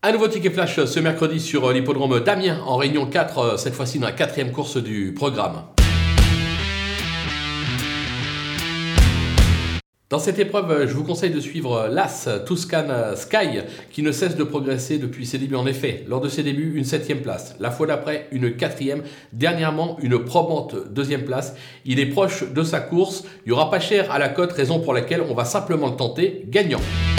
Un nouveau ticket flash ce mercredi sur l'hippodrome d'Amiens en Réunion 4, cette fois-ci dans la 4e course du programme. Dans cette épreuve, je vous conseille de suivre l'As Tuscan Sky qui ne cesse de progresser depuis ses débuts. En effet, lors de ses débuts, une 7e place. La fois d'après, une 4e. Dernièrement, une probante 2e place. Il est proche de sa course. Il n'y aura pas cher à la cote, raison pour laquelle on va simplement le tenter gagnant.